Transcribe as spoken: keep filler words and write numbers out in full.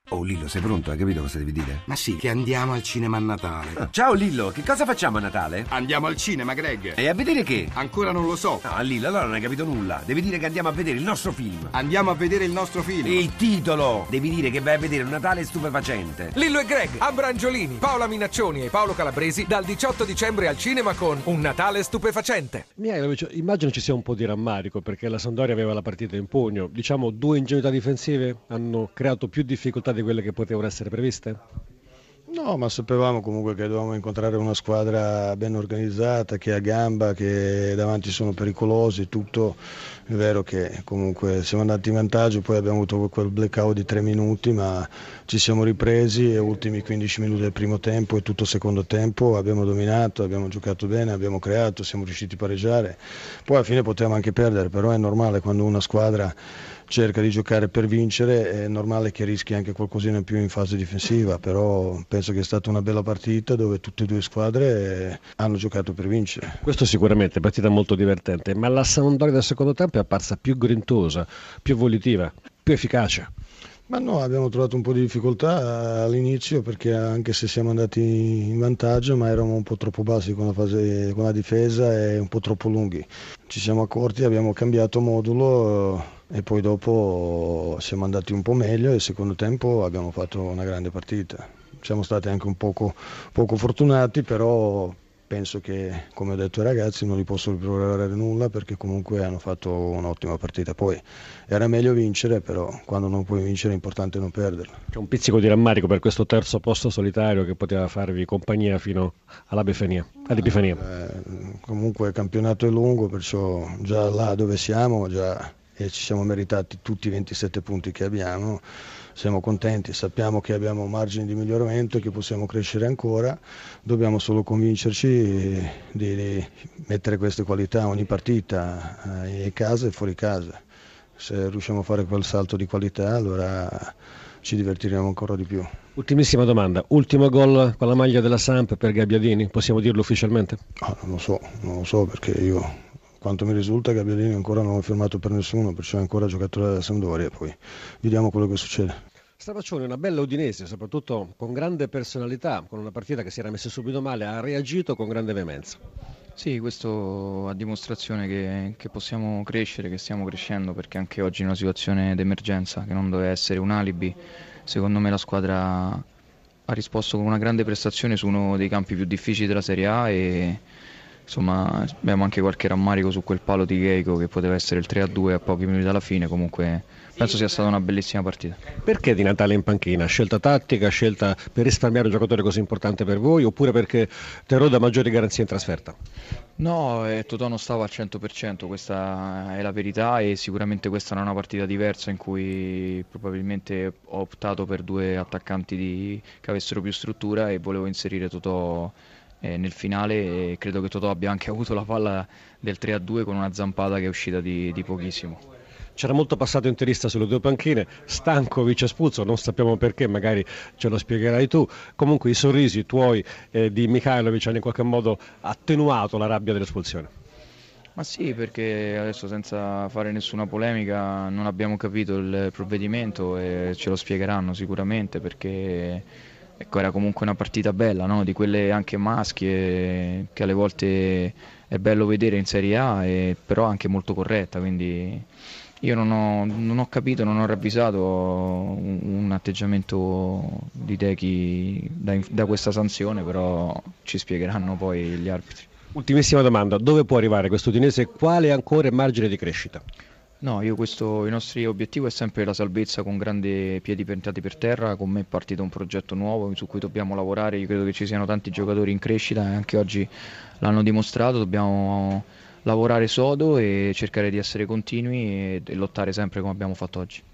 Oh Lillo, sei pronto? Hai capito cosa devi dire? Ma sì, che andiamo al cinema a Natale. Ah, ciao Lillo, che cosa facciamo a Natale? Andiamo al cinema, Greg. E a vedere che? Ancora non lo so. No, Lillo, allora non hai capito nulla. Devi dire che andiamo a vedere il nostro film. Andiamo a vedere il nostro film. Il titolo! Devi dire che vai a vedere un Natale stupefacente. Lillo e Greg, Abrangiolini, Paola Minaccioni e Paolo Calabresi dal diciotto dicembre al cinema con Un Natale stupefacente. Mihajlovic, immagino ci sia un po' di rammarico perché la Sampdoria aveva la partita in pugno. Diciamo due ingenuità difensive hanno creato più difficoltà di quelle che potevano essere previste? No, ma sapevamo comunque che dovevamo incontrare una squadra ben organizzata, che ha gamba, che davanti sono pericolosi, tutto. È vero che comunque siamo andati in vantaggio, poi abbiamo avuto quel blackout di tre minuti, ma ci siamo ripresi e ultimi quindici minuti del primo tempo e tutto il secondo tempo abbiamo dominato, abbiamo giocato bene, abbiamo creato, siamo riusciti a pareggiare. Poi alla fine potevamo anche perdere, però è normale quando una squadra cerca di giocare per vincere, è normale che rischi anche qualcosina in più in fase difensiva, però penso che è stata una bella partita dove tutte e due squadre hanno giocato per vincere. Questo sicuramente, partita molto divertente, ma la Sampdoria del secondo tempo è apparsa più grintosa, più volitiva, più efficace. Ma no, abbiamo trovato un po' di difficoltà all'inizio perché anche se siamo andati in vantaggio, ma eravamo un po' troppo bassi con la, fase, con la difesa e un po' troppo lunghi. Ci siamo accorti, abbiamo cambiato modulo e poi dopo siamo andati un po' meglio e il secondo tempo abbiamo fatto una grande partita. Siamo stati anche un poco, poco fortunati, però penso che, come ho detto ai ragazzi, non li posso riproverare nulla perché comunque hanno fatto un'ottima partita. Poi era meglio vincere, però quando non puoi vincere è importante non perderla. C'è un pizzico di rammarico per questo terzo posto solitario che poteva farvi compagnia fino all'Epifania. all'Epifania. Eh, comunque il campionato è lungo, perciò già là dove siamo già e ci siamo meritati tutti i ventisette punti che abbiamo, siamo contenti, sappiamo che abbiamo margini di miglioramento e che possiamo crescere ancora, dobbiamo solo convincerci di, di mettere queste qualità ogni partita, eh, in casa e fuori casa. Se riusciamo a fare quel salto di qualità allora ci divertiremo ancora di più. Ultimissima domanda, ultimo gol con la maglia della Samp per Gabbiadini, possiamo dirlo ufficialmente? No, non lo so, non lo so perché io... Quanto mi risulta Gabbiadini ancora non ho firmato per nessuno, perciò è ancora giocatore della Sampdoria, poi vediamo quello che succede. Stravaccione, una bella Udinese, soprattutto con grande personalità, con una partita che si era messa subito male, ha reagito con grande veemenza. Sì, questo a dimostrazione che, che possiamo crescere, che stiamo crescendo, perché anche oggi in una situazione d'emergenza, che non doveva essere un alibi, secondo me la squadra ha risposto con una grande prestazione su uno dei campi più difficili della Serie A e insomma abbiamo anche qualche rammarico su quel palo di Geico che poteva essere il tre a due a pochi minuti dalla fine. Comunque penso sia stata una bellissima partita. Perché Di Natale in panchina? Scelta tattica, scelta per risparmiare un giocatore così importante per voi oppure perché terrò da maggiori garanzie in trasferta? No, eh, Totò non stava al cento per cento, questa è la verità e sicuramente questa non è una partita diversa in cui probabilmente ho optato per due attaccanti di, che avessero più struttura e volevo inserire Totò Eh, nel finale e credo che Totò abbia anche avuto la palla del tre a due con una zampata che è uscita di, di pochissimo. C'era molto passato interista sulle due panchine, Stankovic e Spuzzo, non sappiamo perché, magari ce lo spiegherai tu. Comunque i sorrisi tuoi eh, di Mihajlovic hanno in qualche modo attenuato la rabbia dell'espulsione. Ma sì, perché adesso senza fare nessuna polemica non abbiamo capito il provvedimento e ce lo spiegheranno sicuramente perché ecco, era comunque una partita bella, no? Di quelle anche maschie che alle volte è bello vedere in Serie A, e, però anche molto corretta, quindi io non ho, non ho capito, non ho ravvisato un, un atteggiamento di Dechi da, da questa sanzione, però ci spiegheranno poi gli arbitri. Ultimissima domanda, dove può arrivare questo Udinese e quale ancora margine di crescita? No, io questo, il nostro obiettivo è sempre la salvezza con grandi piedi piantati per terra. Con me è partito un progetto nuovo su cui dobbiamo lavorare, io credo che ci siano tanti giocatori in crescita e anche oggi l'hanno dimostrato, dobbiamo lavorare sodo e cercare di essere continui e, e lottare sempre come abbiamo fatto oggi.